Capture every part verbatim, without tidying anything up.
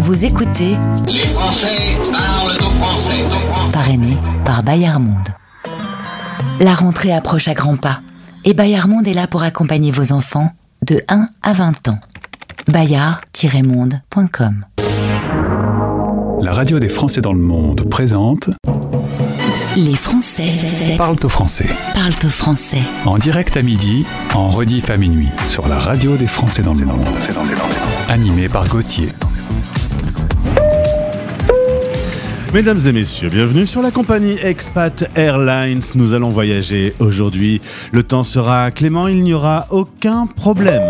Vous écoutez Les Français parlent au français. Parrainé par Bayard Monde. La rentrée approche à grands pas et Bayard Monde est là pour accompagner vos enfants de un à vingt ans. bayard tiret monde point com. La radio des Français dans le monde présente Les Français Parlent au français. parlent au français. En direct à midi, en rediff à minuit, sur la radio des Français dans le monde. Animé par Gauthier. Mesdames et messieurs, bienvenue sur la compagnie Expat Airlines. Nous allons voyager aujourd'hui. Le temps sera clément, il n'y aura aucun problème.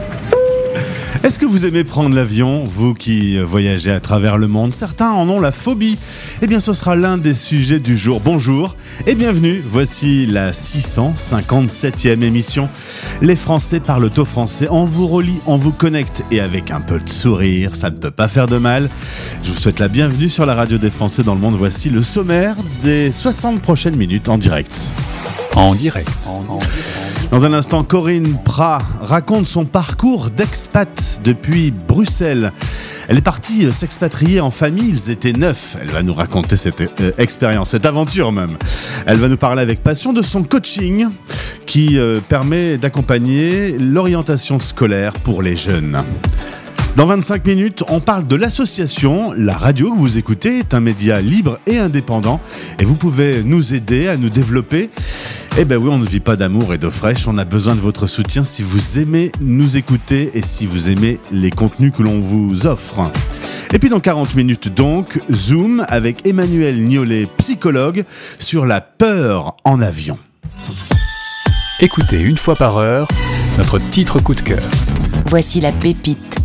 Est-ce que vous aimez prendre l'avion, vous qui voyagez à travers le monde? Certains en ont la phobie. Eh bien, ce sera l'un des sujets du jour. Bonjour et bienvenue. Voici la six cent cinquante-septième émission. Les Français parlent au français. On vous relie, on vous connecte et avec un peu de sourire, ça ne peut pas faire de mal. Je vous souhaite la bienvenue sur la radio des Français dans le monde. Voici le sommaire des soixante prochaines minutes en direct. En direct. En, en... Dans un instant, Corinne Prat raconte son parcours d'expat depuis Bruxelles. Elle est partie s'expatrier en famille, ils étaient neuf. Elle va nous raconter cette euh, expérience, cette aventure même. Elle va nous parler avec passion de son coaching qui euh, permet d'accompagner l'orientation scolaire pour les jeunes. Dans vingt-cinq minutes, on parle de l'association. La radio que vous écoutez est un média libre et indépendant et vous pouvez nous aider à nous développer. Eh ben oui, on ne vit pas d'amour et d'eau fraîche, on a besoin de votre soutien si vous aimez nous écouter et si vous aimez les contenus que l'on vous offre. Et puis dans quarante minutes donc, Zoom avec Emmanuel Niollet, psychologue, sur la peur en avion. Écoutez une fois par heure notre titre coup de cœur. Voici la pépite.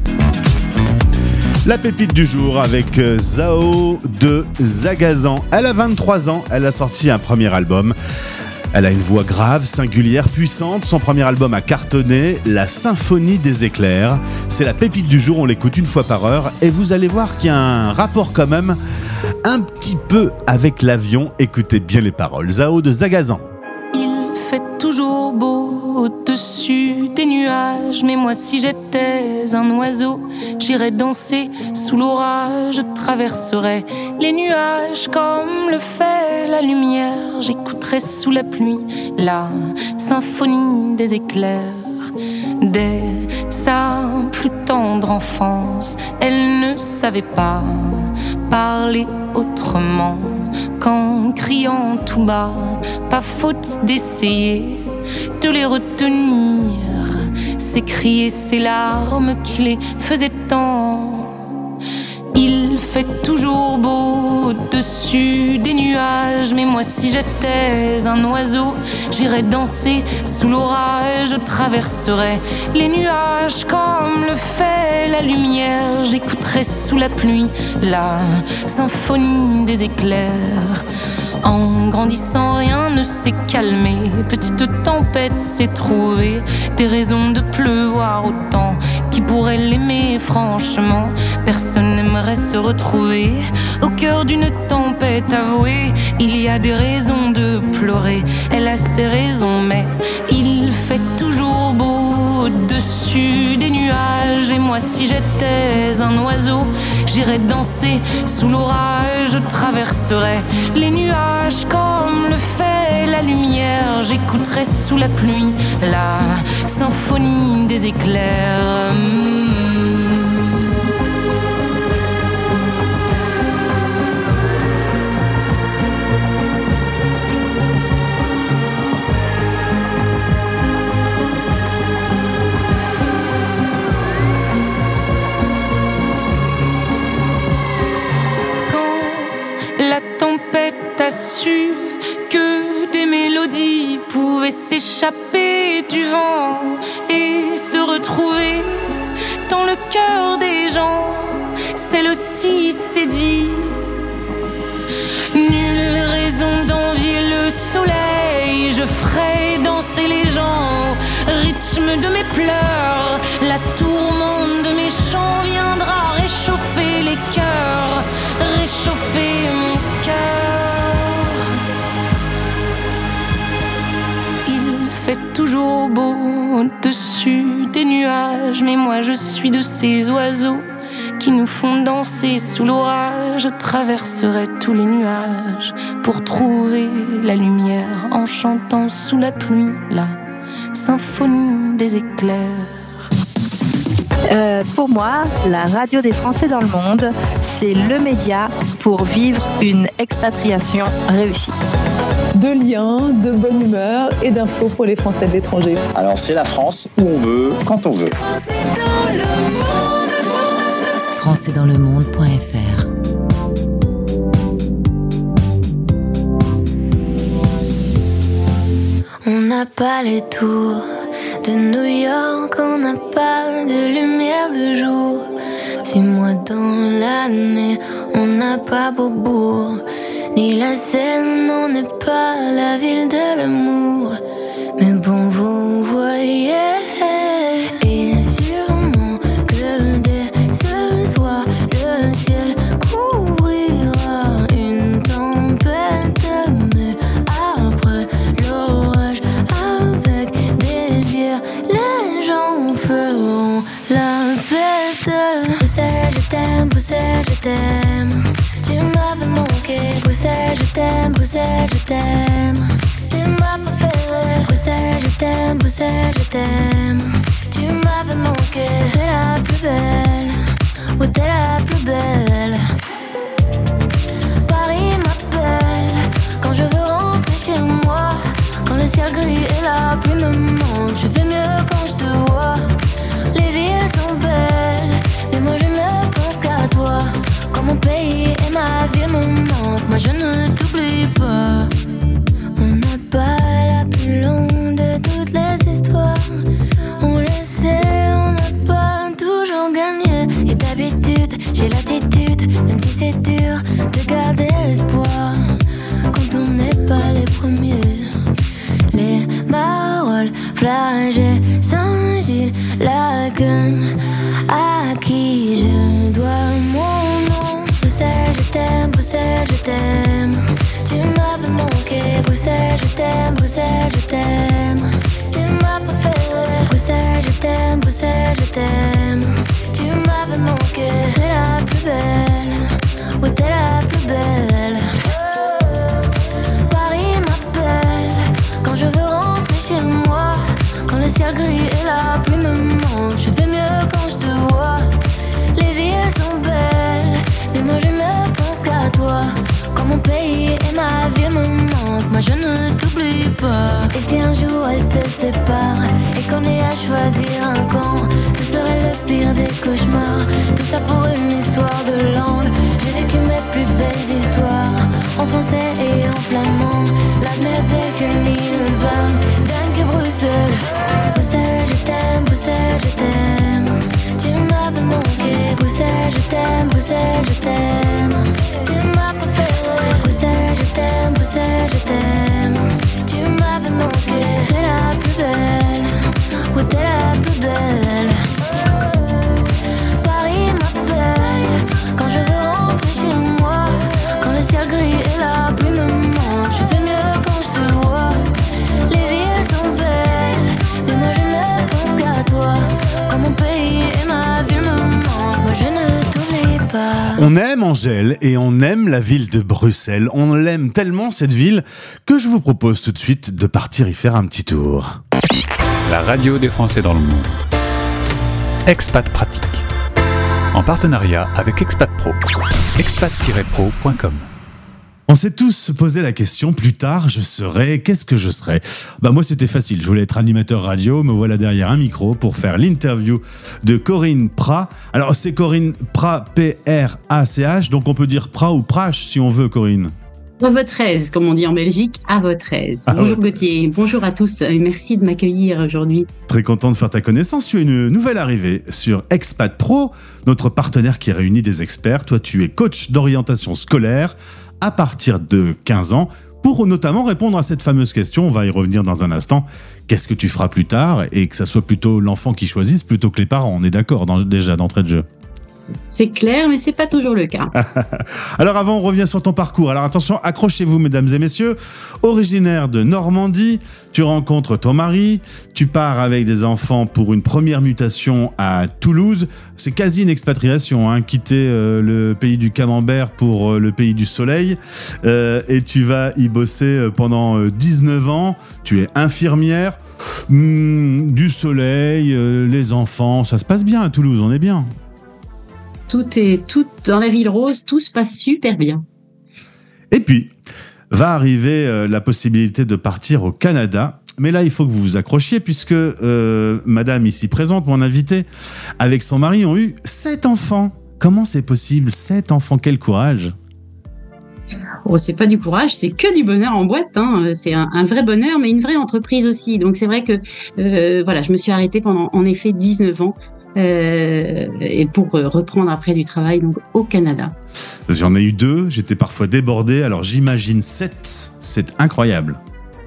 La pépite du jour avec Zao de Zagazan. Elle a vingt-trois ans, elle a sorti un premier album. Elle a une voix grave, singulière, puissante. Son premier album a cartonné, La Symphonie des éclairs. C'est la pépite du jour, on l'écoute une fois par heure. Et vous allez voir qu'il y a un rapport quand même un petit peu avec l'avion. Écoutez bien les paroles. Zao de Zagazan. Il fait toujours beau au-dessus des nuages, mais moi si j'étais un oiseau, j'irais danser sous l'orage, je traverserais les nuages comme le fait la lumière, j'écouterais sous la pluie la symphonie des éclairs. Dès sa plus tendre enfance, elle ne savait pas parler autrement qu'en criant tout bas. Pas faute d'essayer de les retenir, ces cris et ces larmes qui les faisaient tant. Il fait toujours beau au-dessus des nuages, mais moi si j'étais un oiseau, j'irais danser sous l'orage, je traverserais les nuages comme le fait la lumière, j'écouterais sous la pluie la symphonie des éclairs. En grandissant, rien ne s'est calmé. Petite tempête s'est trouvée des raisons de pleuvoir autant. Qui pourrait l'aimer franchement? Personne n'aimerait se retrouver au cœur d'une tempête avouée. Il y a des raisons de pleurer, elle a ses raisons, mais il fait toujours beau au-dessus des nuages. Et moi si j'étais un oiseau, j'irais danser sous l'orage, je traverserais les nuages comme le fait la lumière, j'écouterais sous la pluie la symphonie des éclairs. T'as su que des mélodies pouvaient s'échapper du vent et se retrouver dans le cœur des gens. Celle-ci s'est dit, nulle raison d'envier le soleil, je ferai danser les gens au rythme de mes pleurs. La tourmente de mes chants viendra réchauffer les cœurs, réchauffer mon cœur. Il fait toujours beau au-dessus des nuages, mais moi je suis de ces oiseaux qui nous font danser sous l'orage. Je traverserai tous les nuages pour trouver la lumière en chantant sous la pluie la symphonie des éclairs. Euh, pour moi, la radio des Français dans le monde, c'est le média pour vivre une expatriation réussie. De liens, de bonne humeur et d'infos pour les Français de l'étranger. Alors c'est la France où on veut, quand on veut. français dans le monde point f r. On n'a pas les tours de New York, on n'a pas de lumière de jour. Six mois dans l'année, on n'a pas Beaubourg, ni la Seine, on n'est pas la ville de l'amour. Mais bon, vous voyez, et sûrement que dès ce soir, le ciel couvrira une tempête. Mais après l'orage, avec des bières, les gens feront la fête. Bruxelles, je t'aime, Bruxelles, je t'aime. Tu m'avais manqué, Bruxelles, je t'aime, Bruxelles, je t'aime. T'es ma préférée, Bruxelles, je t'aime, Bruxelles, je t'aime. Tu m'avais manqué, t'es la plus belle, oui t'es la plus belle. Paris m'appelle, quand je veux rentrer chez moi. Quand le ciel gris et la pluie me manquent, je fais mieux quand je te vois. Les villes sont belles, mais moi je ne pense qu'à toi. Quand mon pays et ma ville me manquent, moi je ne t'oublie pas. On n'a pas la plus longue de toutes les histoires. On le sait, on n'a pas toujours gagné. Et d'habitude, j'ai l'attitude, même si c'est dur, de garder l'espoir. Quand on n'est pas les premiers. Les Marolles, Flagey, Saint-Gilles, Laken, à qui je dois mon nom. Bruxelles, je t'aime, Bruxelles, je t'aime. Tu m'avais manqué, Bruxelles, je t'aime, Bruxelles, je t'aime. T'es ma préférée, Bruxelles, je t'aime, Bruxelles, je t'aime. Tu m'avais manqué, t'es la plus belle, oui t'es la plus belle. Paris m'appelle, quand je veux rentrer chez moi. Quand le ciel gris et la pluie me manquent, je fais mieux quand je te vois. Les villes sont belles, mais moi je ne pense qu'à toi. Quand mon pays et ma ville me manquent, moi je ne t'oublie pas. Et si un jour elles se séparent et qu'on ait à choisir un camp, ce serait le pire des cauchemars. Tout ça pour une histoire de langue. J'ai vécu mes plus belles histoires en français et en flamand. La merde c'est que l'île Vams, Danke Bruxelles. Bruxelles je t'aime, Bruxelles je t'aime. Tu m'avais manqué, Bruxelles je t'aime, Bruxelles je t'aime. T'es ma préférée, Bruxelles je t'aime, Bruxelles je t'aime. Tu m'avais manqué, t'es la plus belle, oui t'es la plus belle. Paris m'appelle, quand je veux rentrer chez moi. Quand le ciel gris et la pluie me manquent, je fais mieux quand je te vois. Les villes sont belles, mais moi je ne pense qu'à toi. Quand mon pays et ma ville me manquent, moi je ne t'oublie pas. On aime Angèle et on aime la ville de Bruxelles. On l'aime tellement cette ville que je vous propose tout de suite de partir y faire un petit tour. La radio des Français dans le monde. Expat Pratique. En partenariat avec Expat Pro. expat tiret pro point com. On s'est tous posé la question, plus tard, je serai, qu'est-ce que je serai ? Bah moi c'était facile, je voulais être animateur radio, me voilà derrière un micro pour faire l'interview de Corinne Prat. Alors c'est Corinne Prat, P R A C H, donc on peut dire Prat ou Prache si on veut, Corinne. À votre aise, comme on dit en Belgique, à votre aise. Ah, bonjour ouais. Gauthier, bonjour à tous et merci de m'accueillir aujourd'hui. Très content de faire ta connaissance, tu es une nouvelle arrivée sur Expat Pro, notre partenaire qui réunit des experts. Toi tu es coach d'orientation scolaire à partir de quinze ans, pour notamment répondre à cette fameuse question, on va y revenir dans un instant, qu'est-ce que tu feras plus tard ? Et que ça soit plutôt l'enfant qui choisisse plutôt que les parents, on est d'accord dans, déjà d'entrée de jeu. C'est clair, mais c'est pas toujours le cas. Alors avant, on revient sur ton parcours. Alors attention, accrochez-vous, mesdames et messieurs. Originaire de Normandie, tu rencontres ton mari, tu pars avec des enfants pour une première mutation à Toulouse. C'est quasi une expatriation, hein, quitter euh, le pays du camembert pour euh, le pays du soleil. Euh, et tu vas y bosser pendant euh, dix-neuf ans. Tu es infirmière. Mmh, du soleil, euh, les enfants, ça se passe bien à Toulouse, on est bien. Tout est tout dans la ville rose, tout se passe super bien. Et puis va arriver euh, la possibilité de partir au Canada. Mais là, il faut que vous vous accrochiez puisque euh, Madame ici présente, mon invitée, avec son mari, ont eu sept enfants. Comment c'est possible, sept enfants? Quel courage! Oh, c'est pas du courage, c'est que du bonheur en boîte. Hein. C'est un, un vrai bonheur, mais une vraie entreprise aussi. Donc c'est vrai que euh, voilà, je me suis arrêtée pendant en effet dix-neuf ans euh, et pour reprendre après du travail donc au Canada. J'en ai eu deux, j'étais parfois débordé. Alors j'imagine sept, c'est incroyable.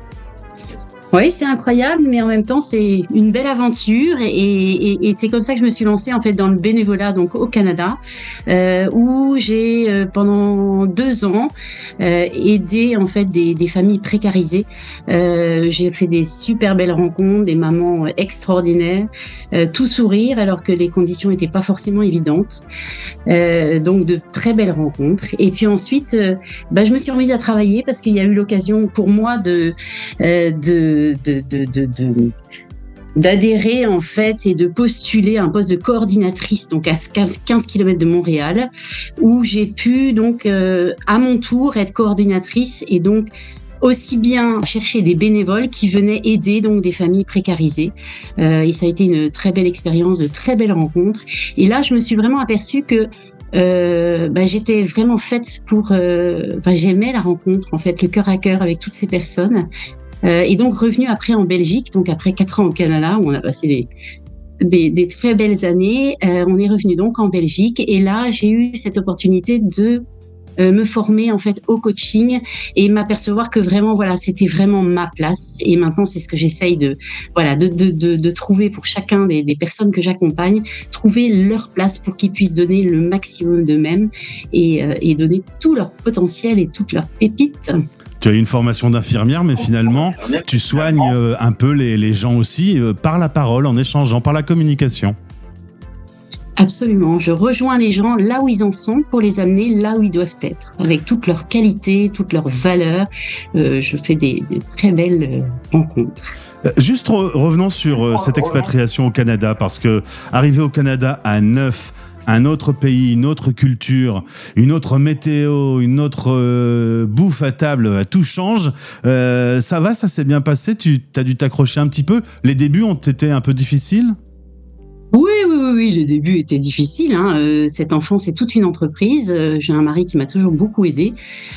Oui, c'est incroyable, mais en même temps, c'est une belle aventure et, et, et c'est comme ça que je me suis lancée en fait dans le bénévolat donc au Canada, euh, où j'ai euh, pendant deux ans euh, aidé en fait des, des familles précarisées. Euh, j'ai fait des super belles rencontres, des mamans extraordinaires, euh, tout sourire alors que les conditions n'étaient pas forcément évidentes. Euh, donc de très belles rencontres. Et puis ensuite, euh, bah, je me suis remise à travailler parce qu'il y a eu l'occasion pour moi de euh, de De, de, de, de, d'adhérer en fait et de postuler un poste de coordinatrice donc à quinze kilomètres de Montréal où j'ai pu donc euh, à mon tour être coordinatrice et donc aussi bien chercher des bénévoles qui venaient aider donc des familles précarisées. Euh, et ça a été une très belle expérience, de très belles rencontres. Et là, je me suis vraiment aperçue que euh, bah, j'étais vraiment faite pour... Euh, enfin, j'aimais la rencontre, en fait, le cœur à cœur avec toutes ces personnes. Euh, et donc revenu après en Belgique, donc après quatre ans au Canada où on a passé des des, des très belles années, euh, on est revenu donc en Belgique et là j'ai eu cette opportunité de euh, me former en fait au coaching et m'apercevoir que vraiment voilà c'était vraiment ma place et maintenant c'est ce que j'essaye de voilà de de de, de trouver pour chacun des, des personnes que j'accompagne, trouver leur place pour qu'ils puissent donner le maximum d'eux-mêmes et, euh, et donner tout leur potentiel et toutes leurs pépites. Tu as eu une formation d'infirmière, mais finalement, tu soignes euh, un peu les, les gens aussi euh, par la parole, en échangeant, par la communication. Absolument. Je rejoins les gens là où ils en sont pour les amener là où ils doivent être, avec toutes leurs qualités, toutes leurs valeurs. Euh, je fais des, des très belles euh, rencontres. Juste re- revenons sur euh, cette expatriation au Canada, parce que arriver au Canada à neuf, un autre pays, une autre culture, une autre météo, une autre euh, bouffe à table, tout change. Euh, ça va, ça s'est bien passé? Tu as dû t'accrocher un petit peu? Les débuts ont été un peu difficiles? Oui, oui, oui, oui, les débuts étaient difficiles. Hein. Euh, cet enfant, c'est toute une entreprise. Euh, j'ai un mari qui m'a toujours beaucoup aidé.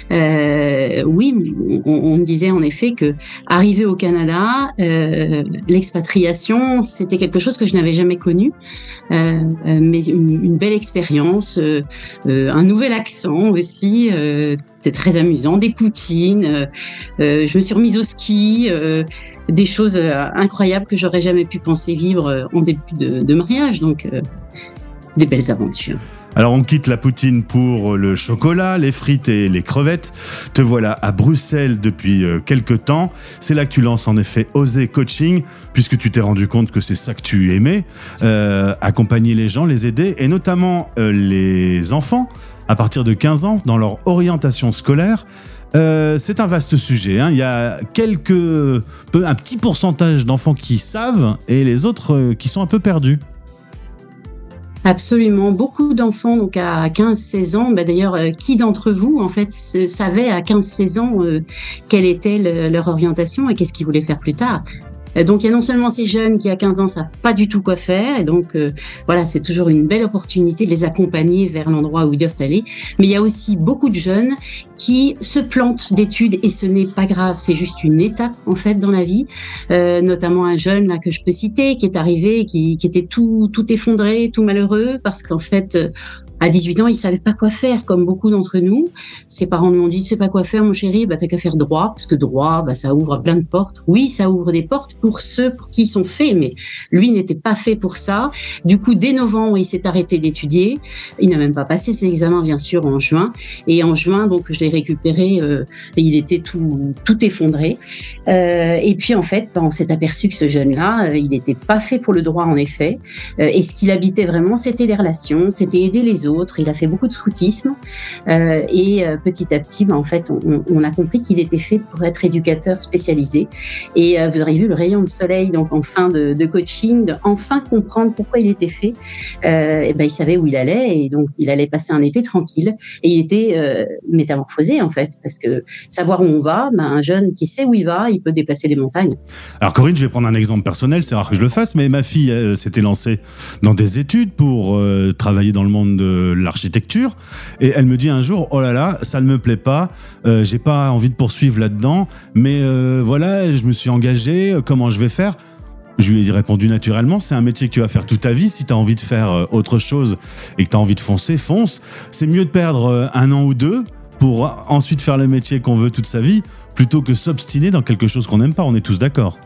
Euh, oui, on, on me disait en effet que arriver au Canada, euh, l'expatriation, c'était quelque chose que je n'avais jamais connu. Euh, mais une, une belle expérience, euh, euh, un nouvel accent aussi. Euh, c'était très amusant. Des poutines. Euh, euh, je me suis remise au ski. Euh, des choses euh, incroyables que j'aurais jamais pu penser vivre euh, en début de, de mariage, donc euh, des belles aventures. Alors on quitte la poutine pour le chocolat, les frites et les crevettes. Te voilà à Bruxelles depuis euh, quelques temps. C'est là que tu lances en effet Oser Coaching, puisque tu t'es rendu compte que c'est ça que tu aimais, euh, accompagner les gens, les aider, et notamment euh, les enfants à partir de quinze ans dans leur orientation scolaire. Euh, c'est un vaste sujet, hein. Il y a quelques, peu, un petit pourcentage d'enfants qui savent et les autres euh, qui sont un peu perdus. Absolument, beaucoup d'enfants donc à quinze seize ans. Bah d'ailleurs, euh, qui d'entre vous en fait savait à quinze seize ans euh, quelle était le, leur orientation et qu'est-ce qu'ils voulaient faire plus tard? Donc il y a non seulement ces jeunes qui à quinze ans savent pas du tout quoi faire et donc euh, voilà, c'est toujours une belle opportunité de les accompagner vers l'endroit où ils doivent aller, mais il y a aussi beaucoup de jeunes qui se plantent d'études et ce n'est pas grave, c'est juste une étape en fait dans la vie, euh, notamment un jeune là que je peux citer qui est arrivé qui qui était tout tout effondré, tout malheureux parce qu'en fait euh, à dix-huit ans, il savait pas quoi faire, comme beaucoup d'entre nous. Ses parents lui ont dit, tu sais pas quoi faire, mon chéri, bah, t'as qu'à faire droit, parce que droit, bah, ça ouvre plein de portes. Oui, ça ouvre des portes pour ceux pour qui ils sont faits, mais lui n'était pas fait pour ça. Du coup, dès novembre, il s'est arrêté d'étudier. Il n'a même pas passé ses examens, bien sûr, en juin. Et en juin, donc, je l'ai récupéré, euh, il était tout, tout effondré. Euh, et puis, en fait, on s'est aperçu que ce jeune-là, euh, il n'était pas fait pour le droit, en effet. Euh, et ce qu'il habitait vraiment, c'était les relations, c'était aider les autres. Il a fait beaucoup de scoutisme. Euh, et euh, petit à petit, bah, en fait, on, on a compris qu'il était fait pour être éducateur spécialisé. Et euh, vous aurez vu le rayon de soleil, donc, en fin de, de coaching, de enfin comprendre pourquoi il était fait. Euh, et ben, il savait où il allait, et donc, il allait passer un été tranquille. Et il était euh, métamorphosé, en fait, parce que savoir où on va, ben, un jeune qui sait où il va, il peut déplacer des montagnes. Alors Corinne, je vais prendre un exemple personnel, c'est rare que je le fasse, mais ma fille euh, s'était lancée dans des études pour euh, travailler dans le monde de l'architecture, et elle me dit un jour, oh là là, ça ne me plaît pas, euh, j'ai pas envie de poursuivre là-dedans, mais euh, voilà, je me suis engagé, comment je vais faire ? Je lui ai répondu naturellement, c'est un métier que tu vas faire toute ta vie. Si tu as envie de faire autre chose et que tu as envie de foncer, fonce. C'est mieux de perdre un an ou deux pour ensuite faire le métier qu'on veut toute sa vie, plutôt que s'obstiner dans quelque chose qu'on n'aime pas. On est tous d'accord.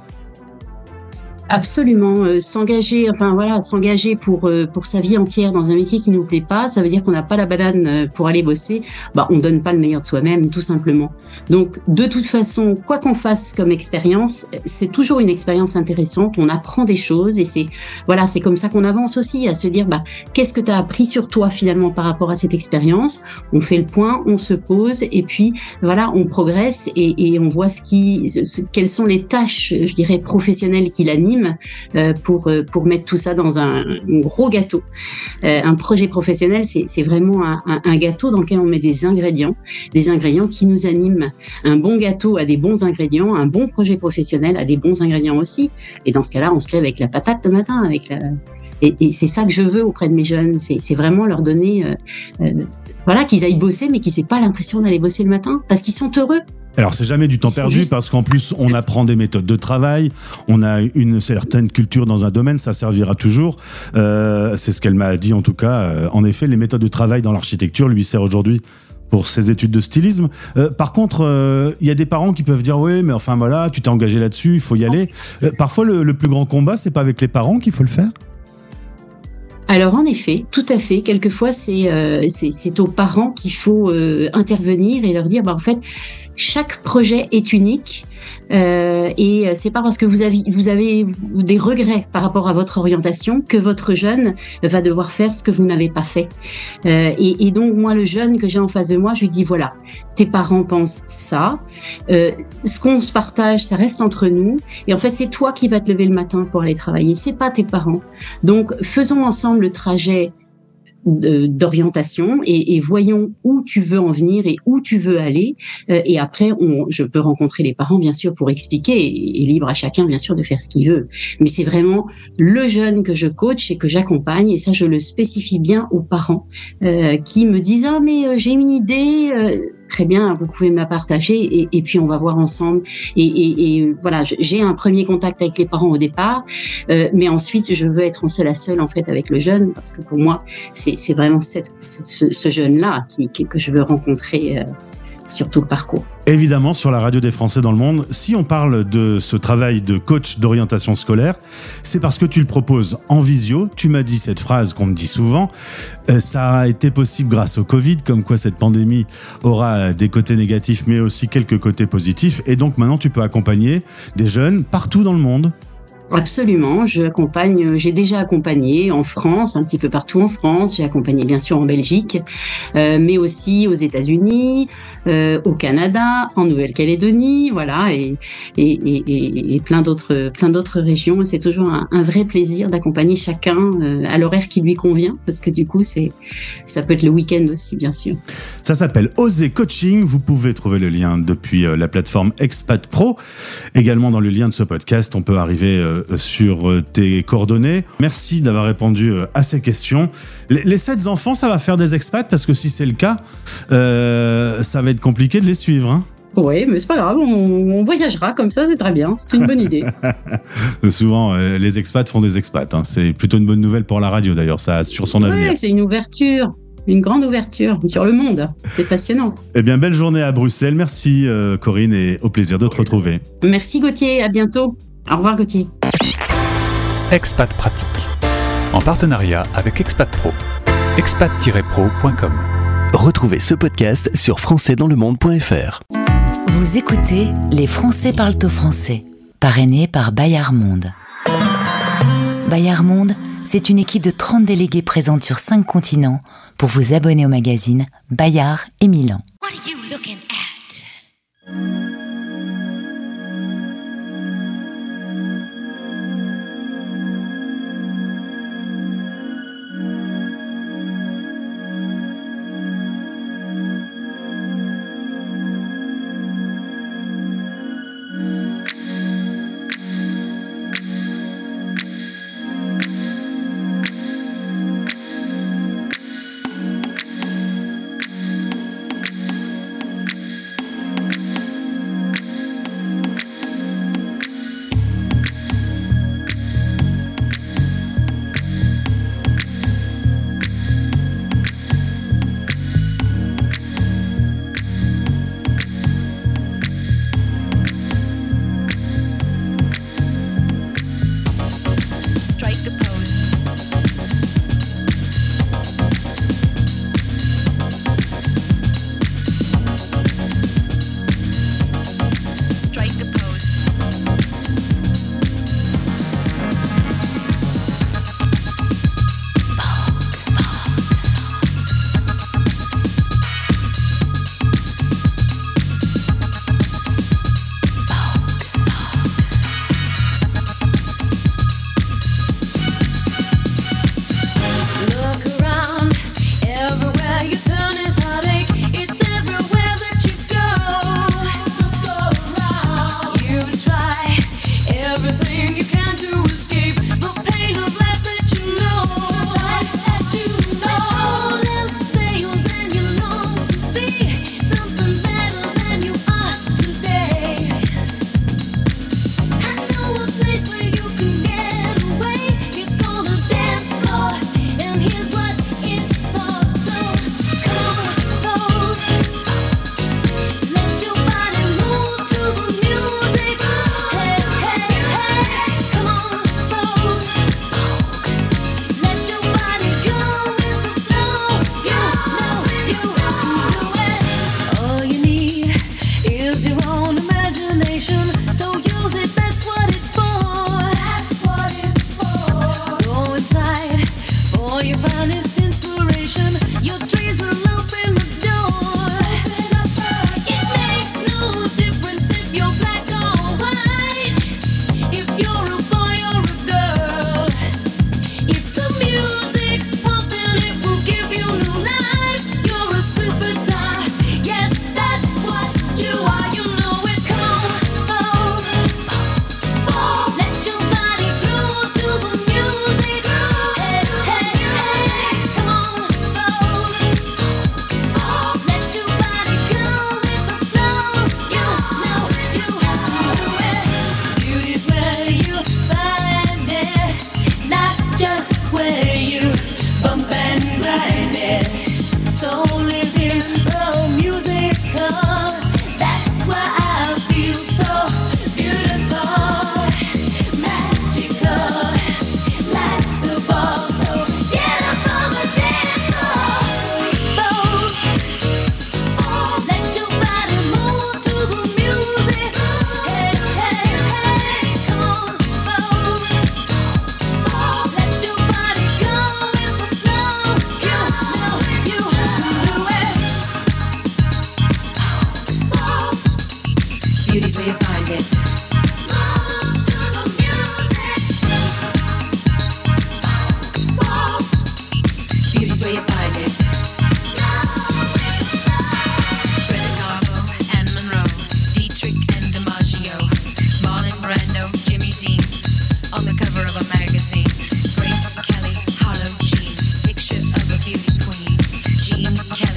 Absolument, euh, s'engager, enfin voilà, s'engager pour euh, pour sa vie entière dans un métier qui nous plaît pas, ça veut dire qu'on n'a pas la banane euh, pour aller bosser. Bah, on donne pas le meilleur de soi-même, tout simplement. Donc, de toute façon, quoi qu'on fasse comme expérience, c'est toujours une expérience intéressante. On apprend des choses et c'est voilà, c'est comme ça qu'on avance aussi, à se dire bah qu'est-ce que tu as appris sur toi finalement par rapport à cette expérience. On fait le point, on se pose et puis voilà, on progresse et, et on voit ce qui, ce, quelles sont les tâches, je dirais professionnelles qui l'animent. Pour, pour mettre tout ça dans un, un gros gâteau. Euh, un projet professionnel, c'est, c'est vraiment un, un, un gâteau dans lequel on met des ingrédients, des ingrédients qui nous animent. Un bon gâteau a des bons ingrédients, un bon projet professionnel a des bons ingrédients aussi. Et dans ce cas-là, on se lève avec la patate le matin. Avec la... et, et c'est ça que je veux auprès de mes jeunes, c'est, c'est vraiment leur donner... Euh, euh, voilà, qu'ils aillent bosser, mais qu'ils n'aient pas l'impression d'aller bosser le matin, parce qu'ils sont heureux. Alors, c'est jamais du temps perdu juste... parce qu'en plus, on apprend des méthodes de travail, on a une certaine culture dans un domaine, ça servira toujours. Euh, c'est ce qu'elle m'a dit en tout cas. Euh, en effet, les méthodes de travail dans l'architecture lui servent aujourd'hui pour ses études de stylisme. Euh, par contre, il euh, y a des parents qui peuvent dire « Oui, mais enfin voilà, tu t'es engagé là-dessus, il faut y aller. Euh, » Parfois, le, le plus grand combat, c'est pas avec les parents qu'il faut le faire ? Alors en effet, tout à fait. Quelquefois, c'est euh, c'est, c'est aux parents qu'il faut euh, intervenir et leur dire, bah en fait, chaque projet est unique euh, et c'est pas parce que vous avez vous avez des regrets par rapport à votre orientation que votre jeune va devoir faire ce que vous n'avez pas fait. Euh, et, et donc moi, le jeune que j'ai en face de moi, je lui dis voilà, tes parents pensent ça, euh, ce qu'on se partage, ça reste entre nous. Et en fait, c'est toi qui vas te lever le matin pour aller travailler, c'est pas tes parents. Donc faisons ensemble le trajet de, d'orientation et, et voyons où tu veux en venir et où tu veux aller. Euh, et après, on, je peux rencontrer les parents, bien sûr, pour expliquer et, et libre à chacun, bien sûr, de faire ce qu'il veut. Mais c'est vraiment le jeune que je coach et que j'accompagne. Et ça, je le spécifie bien aux parents euh, qui me disent « Ah, mais euh, j'ai une idée euh, ». Très bien, vous pouvez me la partager et, et puis on va voir ensemble. Et, et, et voilà, j'ai un premier contact avec les parents au départ, euh, mais ensuite je veux être en seul à seul en fait avec le jeune parce que pour moi c'est, c'est vraiment cette, ce, ce jeune-là qui, qui, que je veux rencontrer. Euh, sur tout le parcours. Évidemment, sur la radio des Français dans le monde, si on parle de ce travail de coach d'orientation scolaire, c'est parce que tu le proposes en visio. Tu m'as dit cette phrase qu'on me dit souvent, euh, ça a été possible grâce au Covid, comme quoi cette pandémie aura des côtés négatifs, mais aussi quelques côtés positifs. Et donc maintenant, tu peux accompagner des jeunes partout dans le monde. Absolument, j'accompagne, j'ai déjà accompagné en France, un petit peu partout en France, j'ai accompagné bien sûr en Belgique, euh, mais aussi aux États-Unis, euh, au Canada, en Nouvelle-Calédonie, voilà, et, et, et, et plein d'autres, plein d'autres régions. C'est toujours un, un vrai plaisir d'accompagner chacun euh, à l'horaire qui lui convient, parce que du coup, c'est, ça peut être le week-end aussi, bien sûr. Ça s'appelle Oser Coaching. Vous pouvez trouver le lien depuis euh, la plateforme Expat Pro. Également dans le lien de ce podcast, on peut arriver euh, sur tes coordonnées. Merci d'avoir répondu à ces questions. Les, les sept enfants, ça va faire des expats parce que si c'est le cas, euh, ça va être compliqué de les suivre. Hein. Oui, mais c'est pas grave, on, on voyagera comme ça, c'est très bien, c'est une bonne idée. Souvent, euh, les expats font des expats. Hein. C'est plutôt une bonne nouvelle pour la radio d'ailleurs, ça assure son ouais, avenir. C'est une ouverture. une grande ouverture sur le monde. C'est passionnant. Eh bien, belle journée à Bruxelles. Merci euh, Corinne et au plaisir de te retrouver. Merci Gauthier, à bientôt. Au revoir Gauthier. Expat Pratique, en partenariat avec Expat Pro. expat tiret pro point com. Retrouvez ce podcast sur français dans le monde point f r. Vous écoutez Les Français parlent au français, parrainé par Bayard Monde. Bayard Monde, c'est une équipe de trente délégués présente sur cinq continents pour vous abonner au magazine Bayard et Milan. What are you looking at?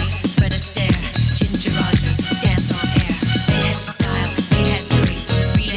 They had style, they had grace,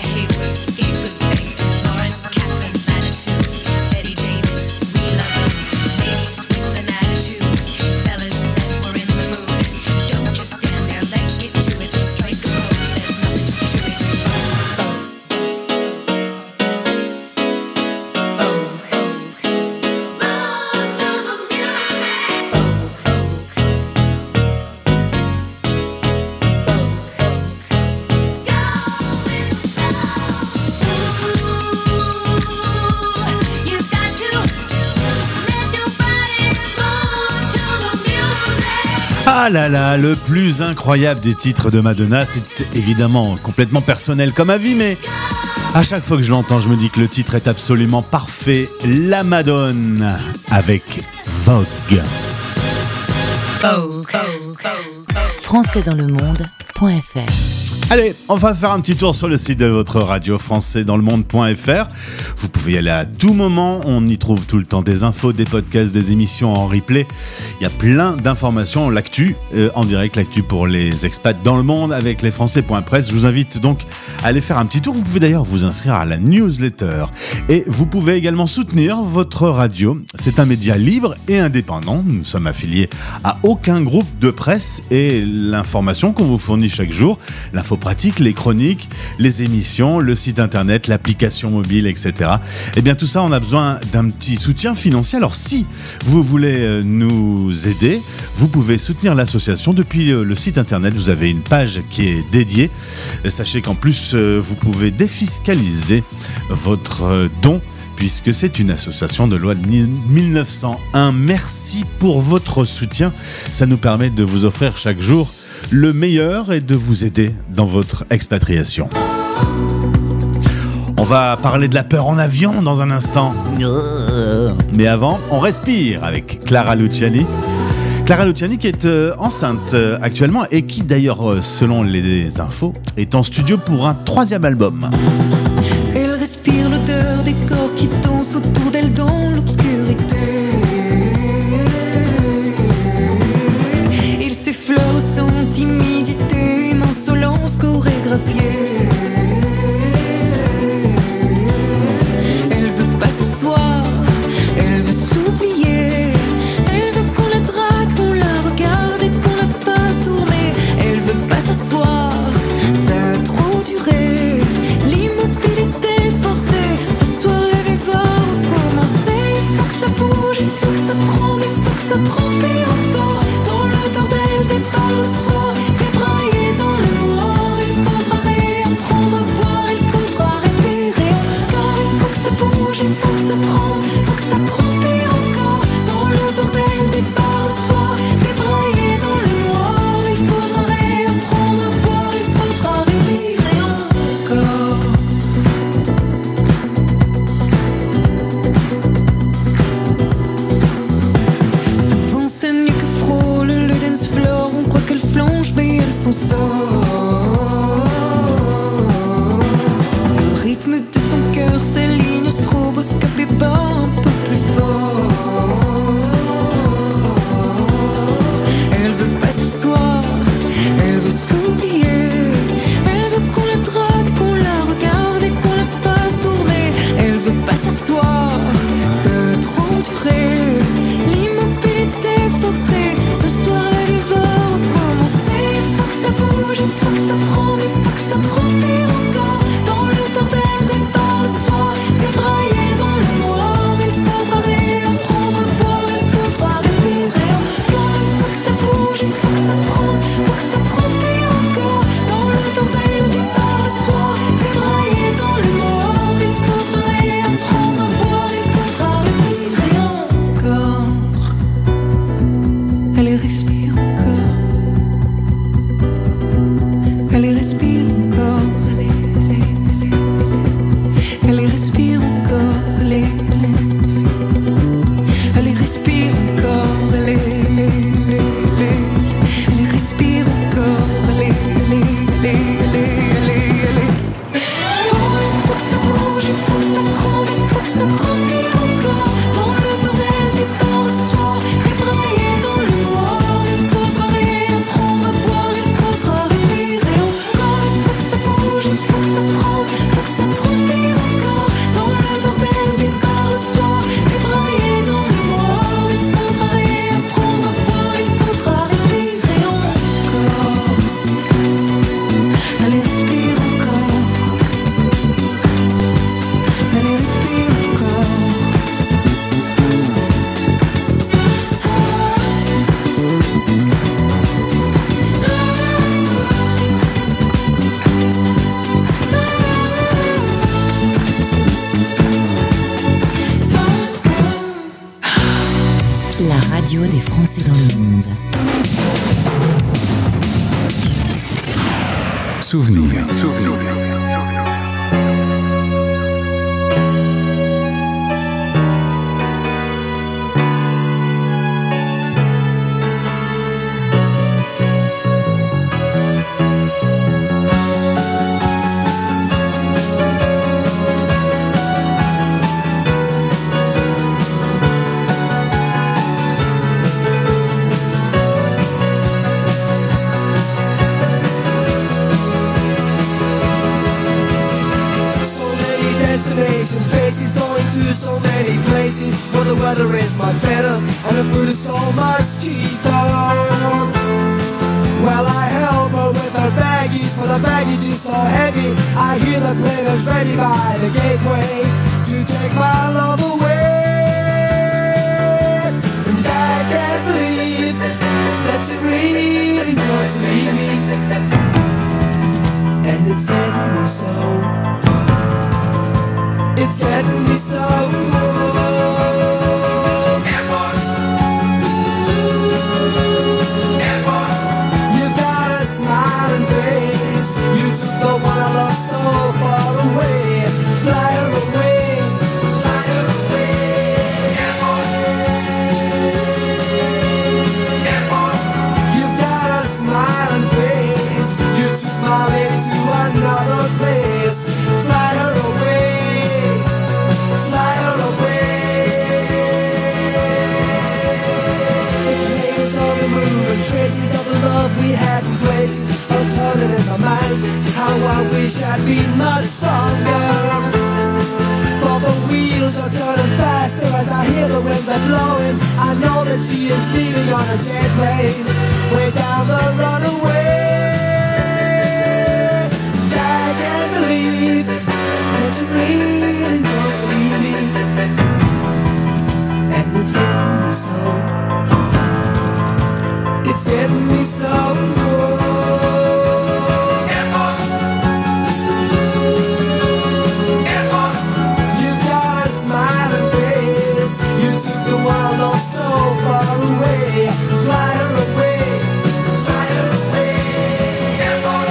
Ah là là, le plus incroyable des titres de Madonna, c'est évidemment complètement personnel comme avis, mais à chaque fois que je l'entends, je me dis que le titre est absolument parfait. La Madone avec Vogue. français dans le monde point f r. Allez, on va faire un petit tour sur le site de votre radio français dans le monde point f r. Vous pouvez y aller à tout moment, on y trouve tout le temps des infos, des podcasts, des émissions en replay. Il y a plein d'informations, l'actu euh, en direct, l'actu pour les expats dans le monde avec les français point press. Je vous invite donc à aller faire un petit tour. Vous pouvez d'ailleurs vous inscrire à la newsletter et vous pouvez également soutenir votre radio. C'est un média libre et indépendant. Nous sommes affiliés à aucun groupe de presse et l'information qu'on vous fournit chaque jour, l'info pratique, les chroniques, les émissions, le site internet, l'application mobile, et cetera. Et bien tout ça, on a besoin d'un petit soutien financier. Alors si vous voulez nous aider, vous pouvez soutenir l'association depuis le site internet. Vous avez une page qui est dédiée. Sachez qu'en plus, vous pouvez défiscaliser votre don puisque c'est une association de loi de mille neuf cent un. Merci pour votre soutien. Ça nous permet de vous offrir chaque jour le meilleur et de vous aider dans votre expatriation. On va parler de la peur en avion dans un instant. Mais avant, on respire avec Clara Luciani. Clara Luciani qui est euh, enceinte euh, actuellement et qui d'ailleurs, euh, selon les infos, est en studio pour un troisième album. Elle respire l'odeur des corps qui dansent autour d'elle dans l'obscurité. Il s'effleure sans timidité, une insolence chorégraphiée. Elle veut pas s'asseoir, elle veut s'oublier. Elle veut qu'on la drague, qu'on la regarde et qu'on la fasse tourner. Elle veut pas s'asseoir, ça a trop duré. L'immobilité forcée, ce soir le rêve va recommencer. Il faut que ça bouge, il faut que ça tremble, il faut que ça transpire encore. Dans le bordel des bars le soir, débraillé dans le noir. Il faudra réapprendre à boire, il faudra respirer encore. Il faut que ça bouge, il faut que ça tremble, il faut que ça transpire encore. Dans le bordel des bars le soir, débraillé dans le noir. Il faudra réapprendre à boire, il faudra respirer encore. Souvent sa nuque frôle le dance floor. On croit qu'elle flanche mais elle s'en sort. Le rythme de son cœur s'aligne au stroboscope et bat un peu plus fort. Elle veut pas s'asseoir, elle veut s'oublier. Elle veut qu'on la drague, qu'on la regarde et qu'on la fasse tourner. Elle veut pas s'asseoir, ça a trop duré. L'immobilité forcée, ce soir la vie va recommencer. Il faut que ça bouge, il faut que ça tremble, il faut que ça transpire encore. Dans le bordel des bars le soir, débraillé dans le noir. Il faudra réapprendre à boire, il faudra respirer encore. Il faut que ça bouge, il faut que ça tremble, il faut que ça transpire encore. Dans le bordel des bars le soir, débraillé dans le noir. Il faudra réapprendre à boire, il faudra respirer encore. Allez, respire encore. Allez, respire encore. Allez, allez, allez, allez. Allez, respire encore. Allez, allez, allez. Allez, respire encore. Allez, allez, allez, allez. Allez, respire encore. Allez, allez, allez, allez, allez, allez. Oh, il faut que ça bouge, il faut que ça tremble, il faut que ça transpire encore. Dans le bordel des bars le soir, débraillé dans le noir. Il faudra réapprendre à boire, il faudra respirer encore. Il faut que ça bouge, il faut que ça tremble, il faut que ça transpire encore. Dans le bordel des bars le soir, débraillé dans le noir. Il faudra réapprendre à boire, il faudra respirer encore. Allez, respire encore. Allez, respire encore. La radio des Français dans le monde. Souvenir. Souvenir. Faces going to so many places where the weather is much better and the food is so much cheaper. Well, I help her with her baggies, for the baggage is so heavy. I hear the players ready by the gateway to take my love away. And I can't believe that she really wants to leave me, and it's getting me so. It's getting me so. Airport. Airport. You've got a smiling face. You took the one I love so far away. Fly her away. Fly her away. Airport. Airport. You've got a smiling face. You took my lady to another place. Fly her away. Traces of the love we had in places are turning in my mind. How I wish I'd been much stronger. For the wheels are turning faster as I hear the winds are blowing. I know that she is leaving on a jet plane way down the runaway. I can't believe that she really wants to leave me, and it's getting me so. It's getting me so. Airport. Airport. You've got a smiling face. You took the one I so far away. Fly her away. Fly her away. Airport.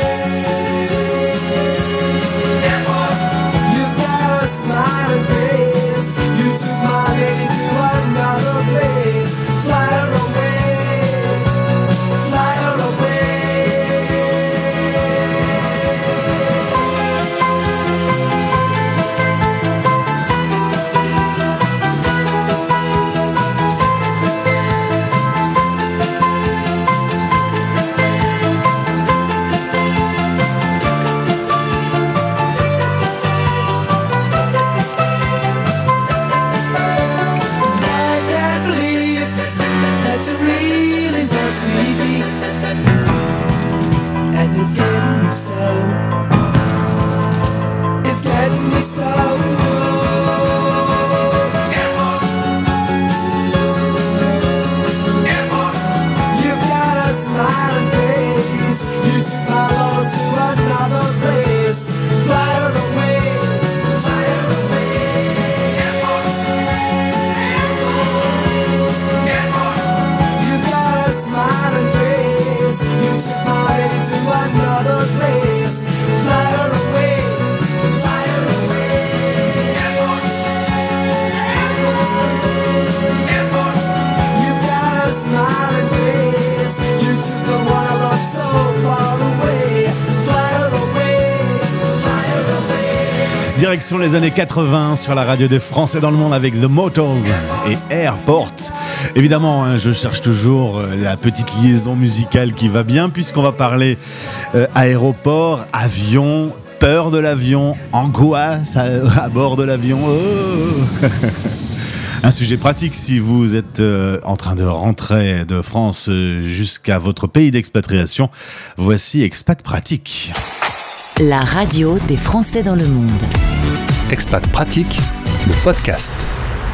Airport. You've got a smiling face. You took my lady to another place. Fly her away. It's getting me so. Airport. Airport. You've got a smiling face. You took my love to another place. Fly her away. Fly her away. Airport. Airport. Airport. You've got a smiling face. You took my lady to another place. Fly her away. Direction les années quatre-vingts sur la radio des Français dans le monde avec The Motors et Airport. Évidemment, hein, je cherche toujours euh, la petite liaison musicale qui va bien puisqu'on va parler euh, aéroport, avion, peur de l'avion, angoisse à, à bord de l'avion. Oh Un sujet pratique si vous êtes euh, en train de rentrer de France euh, jusqu'à votre pays d'expatriation. Voici Expat Pratique. La radio des Français dans le monde. Expat Pratique, le podcast.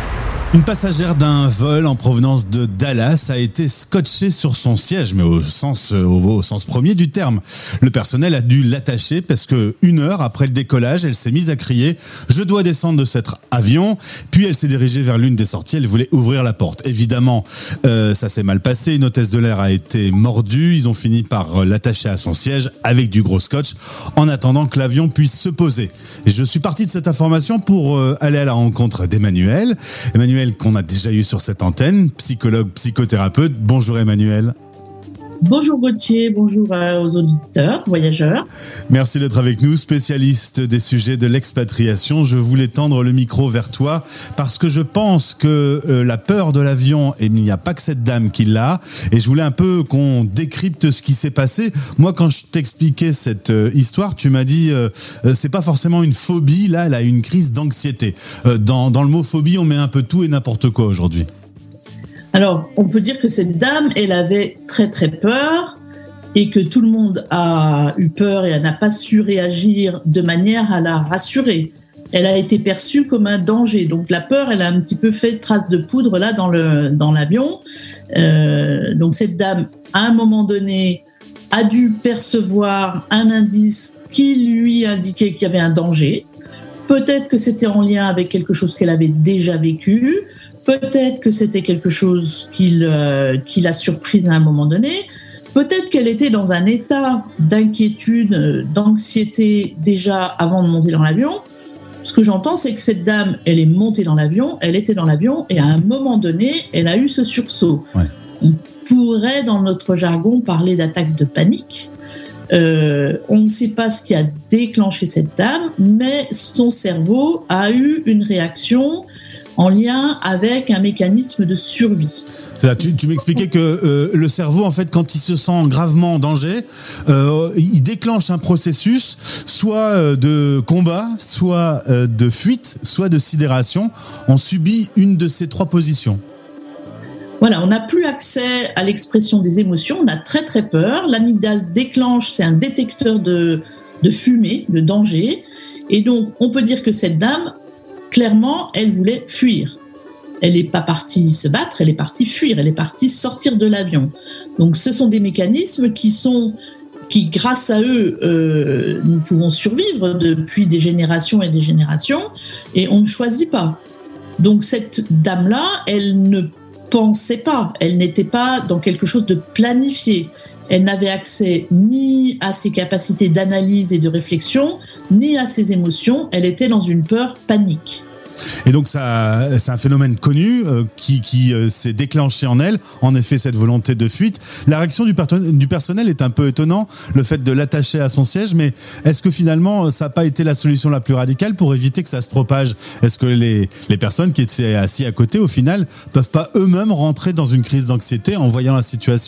Une passagère d'un vol en provenance de Dallas a été scotchée sur son siège, mais au sens, au, au sens premier du terme. Le personnel a dû l'attacher parce que une heure après le décollage, elle s'est mise à crier « Je dois descendre de cet avion ». Puis elle s'est dirigée vers l'une des sorties, elle voulait ouvrir la porte. Évidemment, euh, ça s'est mal passé, une hôtesse de l'air a été mordue, ils ont fini par l'attacher à son siège avec du gros scotch en attendant que l'avion puisse se poser. Et je suis parti de cette information pour euh, aller à la rencontre d'Emmanuel. Emmanuel qu'on a déjà eu sur cette antenne, psychologue, psychothérapeute. Bonjour Emmanuel. Bonjour Gauthier, bonjour aux auditeurs, voyageurs. Merci d'être avec nous, spécialiste des sujets de l'expatriation. Je voulais tendre le micro vers toi parce que je pense que euh, la peur de l'avion, et il n'y a pas que cette dame qui l'a, et je voulais un peu qu'on décrypte ce qui s'est passé. Moi, quand je t'expliquais cette euh, histoire, tu m'as dit euh, euh, c'est pas forcément une phobie, là, elle a une crise d'anxiété. Euh, dans, dans le mot phobie, on met un peu tout et n'importe quoi aujourd'hui. Alors, on peut dire que cette dame, elle avait très très peur et que tout le monde a eu peur et elle n'a pas su réagir de manière à la rassurer. Elle a été perçue comme un danger. Donc la peur, elle a un petit peu fait trace de poudre là dans, le, dans l'avion. Euh, donc cette dame, à un moment donné, a dû percevoir un indice qui lui indiquait qu'il y avait un danger. Peut-être que c'était en lien avec quelque chose qu'elle avait déjà vécu. Peut-être que c'était quelque chose qu'il, euh, qui l'a surprise à un moment donné. Peut-être qu'elle était dans un état d'inquiétude, d'anxiété déjà avant de monter dans l'avion. Ce que j'entends, c'est que cette dame, elle est montée dans l'avion, elle était dans l'avion et à un moment donné, elle a eu ce sursaut. Ouais. On pourrait, dans notre jargon, parler d'attaque de panique. Euh, on ne sait pas ce qui a déclenché cette dame, mais son cerveau a eu une réaction en lien avec un mécanisme de survie. C'est là, tu, tu m'expliquais que euh, le cerveau, en fait, quand il se sent gravement en danger, euh, il déclenche un processus soit euh, de combat, soit euh, de fuite, soit de sidération. On subit une de ces trois positions. Voilà, on n'a plus accès à l'expression des émotions, on a très très peur. L'amygdale déclenche, c'est un détecteur de, de fumée, de danger. Et donc, on peut dire que cette dame, clairement, elle voulait fuir. Elle n'est pas partie se battre, elle est partie fuir, elle est partie sortir de l'avion. Donc ce sont des mécanismes qui sont, qui grâce à eux, euh, nous pouvons survivre depuis des générations et des générations, et on ne choisit pas. Donc cette dame-là, elle ne pensait pas, elle n'était pas dans quelque chose de planifié. Elle n'avait accès ni à ses capacités d'analyse et de réflexion, ni à ses émotions. Elle était dans une peur panique. Et donc, ça, c'est un phénomène connu euh, qui, qui euh, s'est déclenché en elle. En effet, cette volonté de fuite. La réaction du, per- du personnel est un peu étonnant, le fait de l'attacher à son siège. Mais est-ce que finalement, ça n'a pas été la solution la plus radicale pour éviter que ça se propage ? Est-ce que les, les personnes qui étaient assises à côté, au final, peuvent pas eux-mêmes rentrer dans une crise d'anxiété en voyant la situation ?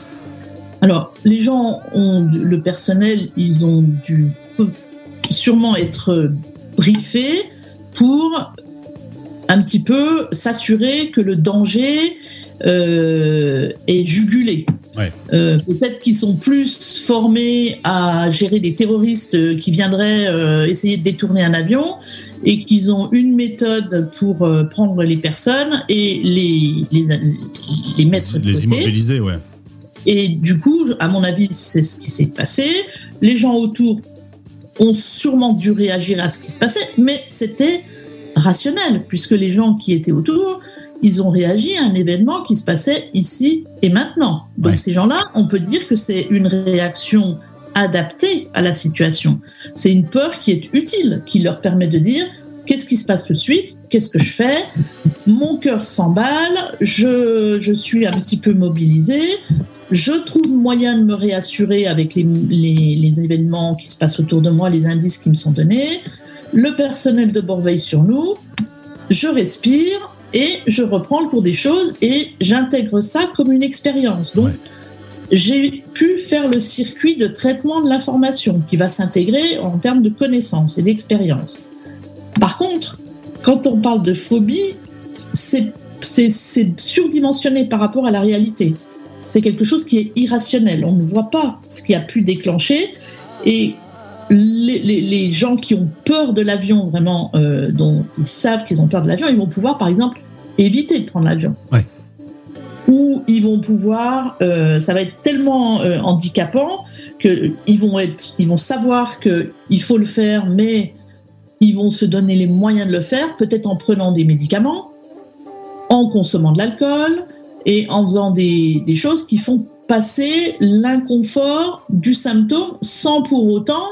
Alors, les gens ont, le personnel, ils ont dû sûrement être briefés pour un petit peu s'assurer que le danger euh, est jugulé. Ouais. Euh, peut-être qu'ils sont plus formés à gérer des terroristes qui viendraient euh, essayer de détourner un avion et qu'ils ont une méthode pour euh, prendre les personnes et les, les, les mettre de les côté. Immobiliser, ouais. Et du coup, à mon avis, c'est ce qui s'est passé. Les gens autour ont sûrement dû réagir à ce qui se passait, mais c'était rationnel, puisque les gens qui étaient autour, ils ont réagi à un événement qui se passait ici et maintenant. Donc ouais. Ces gens-là, on peut dire que c'est une réaction adaptée à la situation. C'est une peur qui est utile, qui leur permet de dire « qu'est-ce qui se passe tout de suite ? Qu'est-ce que je fais ? Mon cœur s'emballe, je, je suis un petit peu mobilisée. » Je trouve moyen de me réassurer avec les, les, les événements qui se passent autour de moi, les indices qui me sont donnés. Le personnel de bord veille sur nous. Je respire et je reprends le cours des choses et j'intègre ça comme une expérience. Donc, ouais. J'ai pu faire le circuit de traitement de l'information qui va s'intégrer en termes de connaissances et d'expérience. Par contre, quand on parle de phobie, c'est, c'est, c'est surdimensionné par rapport à la réalité. C'est quelque chose qui est irrationnel. On ne voit pas ce qui a pu déclencher. Et les, les, les gens qui ont peur de l'avion, vraiment, euh, dont ils savent qu'ils ont peur de l'avion, ils vont pouvoir, par exemple, éviter de prendre l'avion. Ouais. Ou ils vont pouvoir, euh, ça va être tellement euh, handicapant qu'ils vont, être, ils vont savoir qu'il faut le faire, mais ils vont se donner les moyens de le faire, peut-être en prenant des médicaments, en consommant de l'alcool et en faisant des, des choses qui font passer l'inconfort du symptôme sans pour autant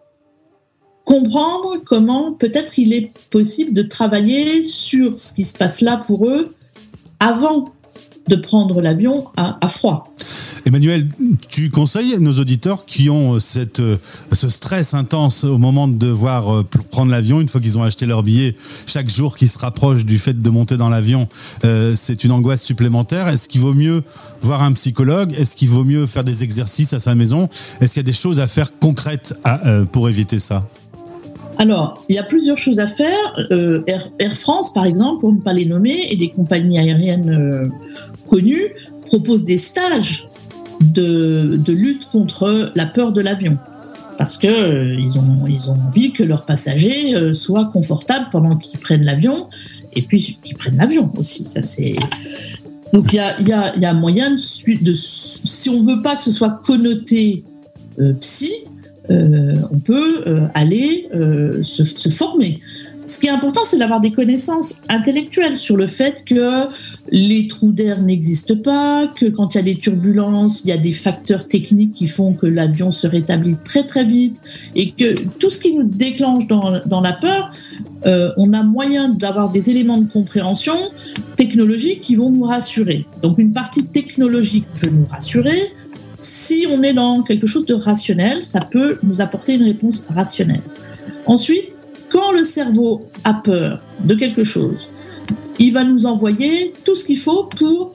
comprendre comment peut-être il est possible de travailler sur ce qui se passe là pour eux avant de prendre l'avion à, à froid. Emmanuel, tu conseilles nos auditeurs qui ont cette, ce stress intense au moment de devoir prendre l'avion, une fois qu'ils ont acheté leur billet, chaque jour qui se rapproche du fait de monter dans l'avion, euh, c'est une angoisse supplémentaire. Est-ce qu'il vaut mieux voir un psychologue? Est-ce qu'il vaut mieux faire des exercices à sa maison? Est-ce qu'il y a des choses à faire concrètes à, euh, pour éviter ça? Alors, il y a plusieurs choses à faire. Euh, Air, Air France, par exemple, pour ne pas les nommer, et des compagnies aériennes euh, connues, proposent des stages de, de lutte contre la peur de l'avion. Parce qu'ils euh, ont, ils ont envie que leurs passagers euh, soient confortables pendant qu'ils prennent l'avion, et puis qu'ils prennent l'avion aussi. Ça, c'est... Donc, il y a, y a, y a moyen de, de... Si on ne veut pas que ce soit connoté euh, psy, Euh, on peut euh, aller euh, se, se former. Ce qui est important, c'est d'avoir des connaissances intellectuelles sur le fait que les trous d'air n'existent pas, que quand il y a des turbulences, il y a des facteurs techniques qui font que l'avion se rétablit très très vite, et que tout ce qui nous déclenche dans, dans la peur, euh, on a moyen d'avoir des éléments de compréhension technologiques qui vont nous rassurer. Donc une partie technologique peut nous rassurer. Si on est dans quelque chose de rationnel, ça peut nous apporter une réponse rationnelle. Ensuite, quand le cerveau a peur de quelque chose, il va nous envoyer tout ce qu'il faut pour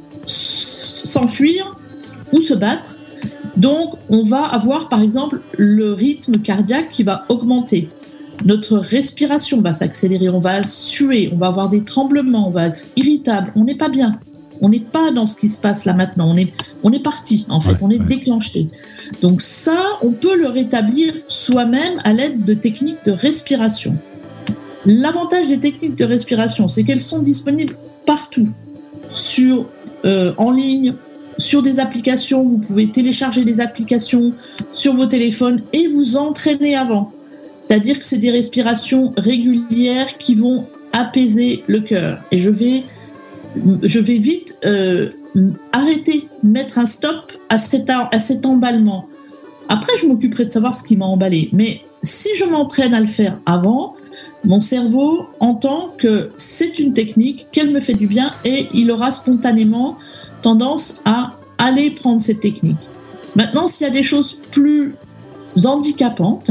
s'enfuir ou se battre. Donc, on va avoir, par exemple, le rythme cardiaque qui va augmenter. Notre respiration va s'accélérer, on va suer, on va avoir des tremblements, on va être irritable, on n'est pas bien. On n'est pas dans ce qui se passe là maintenant, on est, on est parti en fait, ouais, on est ouais. déclenché. Donc ça, on peut le rétablir soi-même à l'aide de techniques de respiration. L'avantage des techniques de respiration, c'est qu'elles sont disponibles partout, sur, euh, en ligne, sur des applications. Vous pouvez télécharger des applications sur vos téléphones et vous entraîner avant. C'est-à-dire que c'est des respirations régulières qui vont apaiser le cœur. Et je vais Je vais vite euh, arrêter, mettre un stop à cet, à cet emballement. Après, je m'occuperai de savoir ce qui m'a emballé. Mais si je m'entraîne à le faire avant, mon cerveau entend que c'est une technique, qu'elle me fait du bien, et il aura spontanément tendance à aller prendre cette technique. Maintenant, s'il y a des choses plus handicapantes,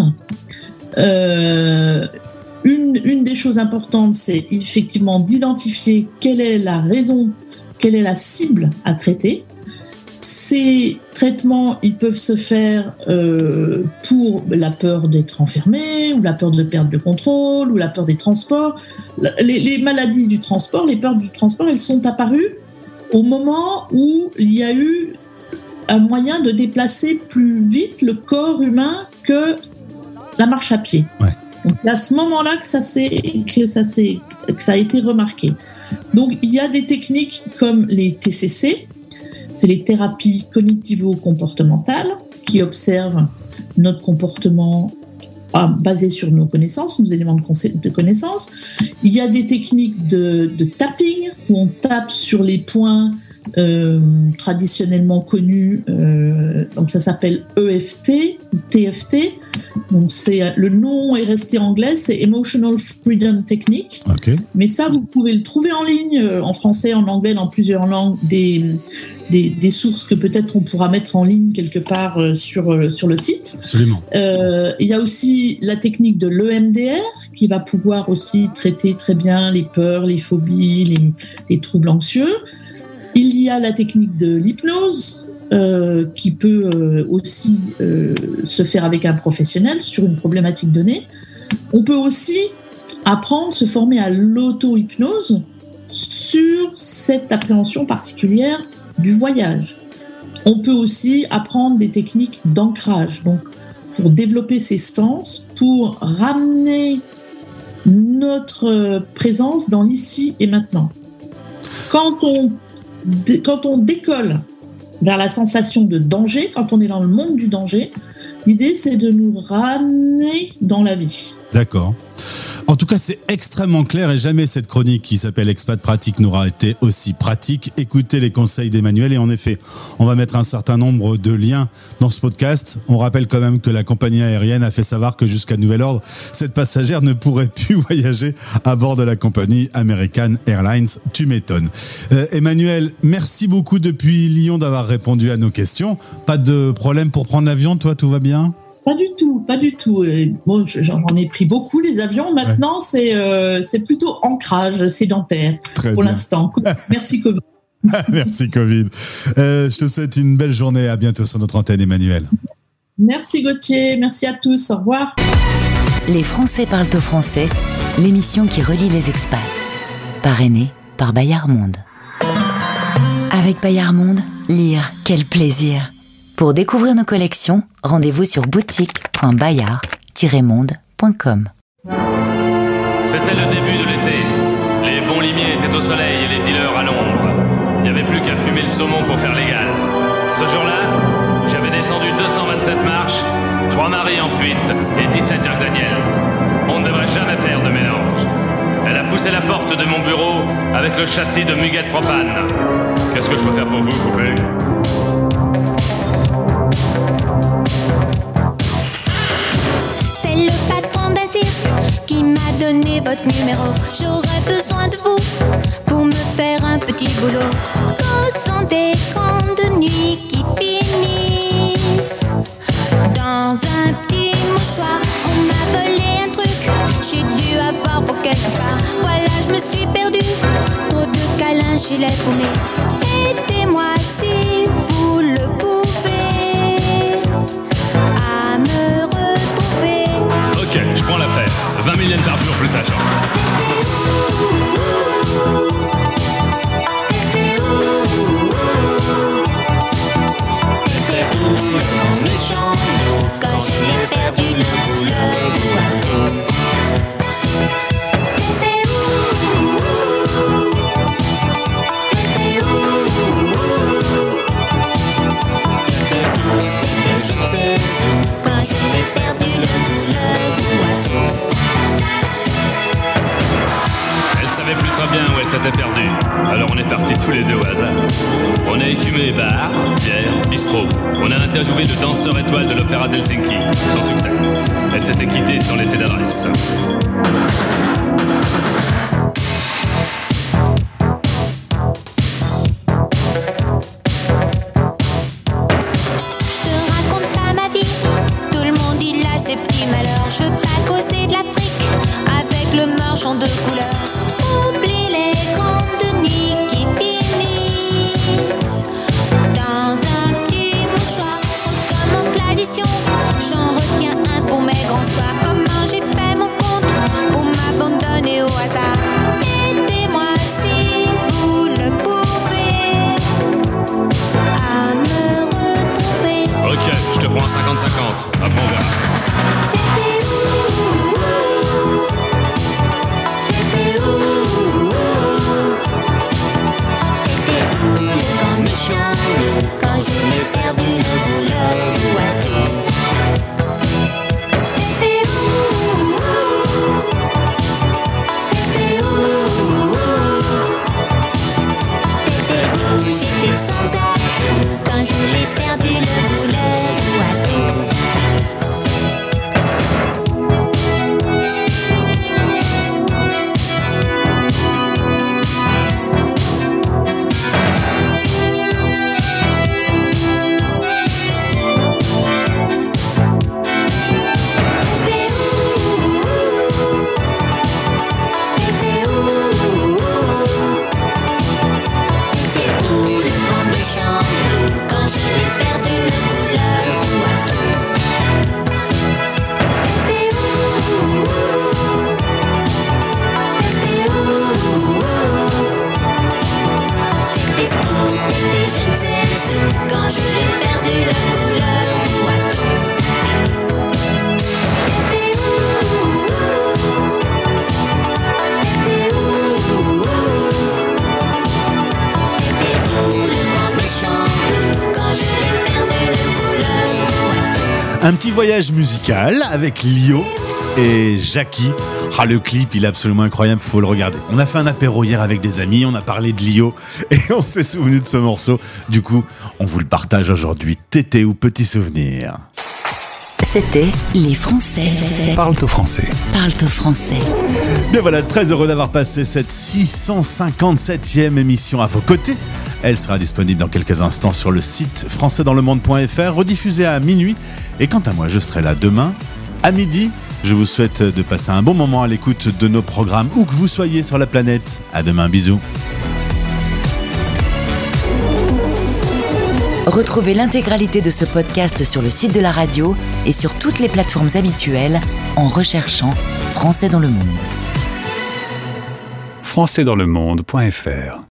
euh, Une, une des choses importantes, c'est effectivement d'identifier quelle est la raison, quelle est la cible à traiter. Ces traitements, ils peuvent se faire euh, pour la peur d'être enfermé, ou la peur de perdre le contrôle, ou la peur des transports. Les, les maladies du transport, les peurs du transport, elles sont apparues au moment où il y a eu un moyen de déplacer plus vite le corps humain que la marche à pied. Ouais. Donc c'est à ce moment-là que ça, s'est, que, ça s'est, que ça a été remarqué. Donc il y a des techniques comme les T C C, c'est les thérapies cognitivo-comportementales qui observent notre comportement ah, basé sur nos connaissances, nos éléments de, conse- de connaissances. Il y a des techniques de, de tapping où on tape sur les points Euh, traditionnellement connu, euh, donc ça s'appelle E F T, T F T. Donc c'est, le nom est resté anglais, c'est Emotional Freedom Technique. Okay. Mais ça, vous pouvez le trouver en ligne, euh, en français, en anglais, dans plusieurs langues, des, des, des sources que peut-être on pourra mettre en ligne quelque part euh, sur, euh, sur le site. Absolument. Euh, il y a aussi la technique de l'E M D R qui va pouvoir aussi traiter très bien les peurs, les phobies, les, les troubles anxieux. Il y a la technique de l'hypnose euh, qui peut euh, aussi euh, se faire avec un professionnel sur une problématique donnée. On peut aussi apprendre, se former à l'auto-hypnose sur cette appréhension particulière du voyage. On peut aussi apprendre des techniques d'ancrage, donc pour développer ses sens, pour ramener notre présence dans l'ici et maintenant. quand on, quand on décolle vers la sensation de danger, quand on est dans le monde du danger, l'idée c'est de nous ramener dans la vie. D'accord. En tout cas, c'est extrêmement clair et jamais cette chronique qui s'appelle Expat Pratique n'aura été aussi pratique. Écoutez les conseils d'Emmanuel et en effet, on va mettre un certain nombre de liens dans ce podcast. On rappelle quand même que la compagnie aérienne a fait savoir que jusqu'à nouvel ordre, cette passagère ne pourrait plus voyager à bord de la compagnie American Airlines. Tu m'étonnes. Euh, Emmanuel, merci beaucoup depuis Lyon d'avoir répondu à nos questions. Pas de problème pour prendre l'avion, toi, tout va bien ? Pas du tout, pas du tout. Bon, j'en ai pris beaucoup les avions. Maintenant, ouais. c'est euh, c'est plutôt ancrage sédentaire Très pour bien. l'instant. Merci Covid. Merci Covid. Euh, je te souhaite une belle journée. À bientôt sur notre antenne, Emmanuel. Merci Gauthier. Merci à tous. Au revoir. Les Français parlent au français. L'émission qui relie les expats. Parrainée par Bayard Monde. Avec Bayard Monde, lire, quel plaisir. Pour découvrir nos collections, rendez-vous sur boutique point bayard tiret monde point com. C'était le début de l'été. Les bons limiers étaient au soleil et les dealers à l'ombre. Il n'y avait plus qu'à fumer le saumon pour faire légal. Ce jour-là, j'avais descendu deux cent vingt-sept marches, trois maris en fuite et dix-sept Jack Daniels. On ne devrait jamais faire de mélange. Elle a poussé la porte de mon bureau avec le châssis de Muguet Propane. Qu'est-ce que je peux faire pour vous, poupée ? C'est le patron d'Azir qui m'a donné votre numéro. J'aurais besoin de vous pour me faire un petit boulot. Causons des grandes nuits qui finissent dans un petit mouchoir. On m'a volé un truc, j'ai dû avoir vos quelque part. Voilà, je me suis perdue, trop de câlins chez les paumés. Aidez-moi si vous le pouvez à me retrouver. Ok, je prends l'affaire. vingt mille yens par jour plus la chambre. T'étais où dans mes chambres quand je l'ai perdu le boulot? T'étais où? T'étais où? T'étais où? Je ne sais quand je l'ai perdu le boulot. Elle savait plus très bien où elle s'était perdue. Alors on est partis tous les deux au hasard. On a écumé bar, bière, bistrot. On a interviewé le danseur étoile de l'opéra d'Helsinki. Sans succès. Elle s'était quittée sans laisser d'adresse. De couleurs, oublie les grandes nuits qui finissent dans un petit mouchoir. On commence l'addition, j'en retiens un pour mes grands soirs. Comment j'ai fait mon compte pour m'abandonner au hasard? Aidez-moi si vous le pouvez à me retrouver. Ok, je te prends un cinquante cinquante, après on verra. Quand je l'ai perdu le boulot, où as-tu? T'étais où? T'étais où? T'étais où? J'étais sans arrêt. Quand je l'ai perdu le boulot, où as-tu? Quand je l'ai perdu le boulot. Un petit voyage musical avec Lio et Jackie. Ah, le clip, il est absolument incroyable, faut le regarder. On a fait un apéro hier avec des amis, on a parlé de Lio et on s'est souvenu de ce morceau. Du coup, on vous le partage aujourd'hui. Tété ou petit souvenir. C'était Les Français. Parle au français. Parle au français. Bien voilà, très heureux d'avoir passé cette six cent cinquante-septième émission à vos côtés. Elle sera disponible dans quelques instants sur le site français dans le monde point f r, rediffusée à minuit. Et quant à moi, je serai là demain à midi. Je vous souhaite de passer un bon moment à l'écoute de nos programmes, où que vous soyez sur la planète. À demain, bisous. Retrouvez l'intégralité de ce podcast sur le site de la radio et sur toutes les plateformes habituelles en recherchant Français dans le monde. français dans le monde point f r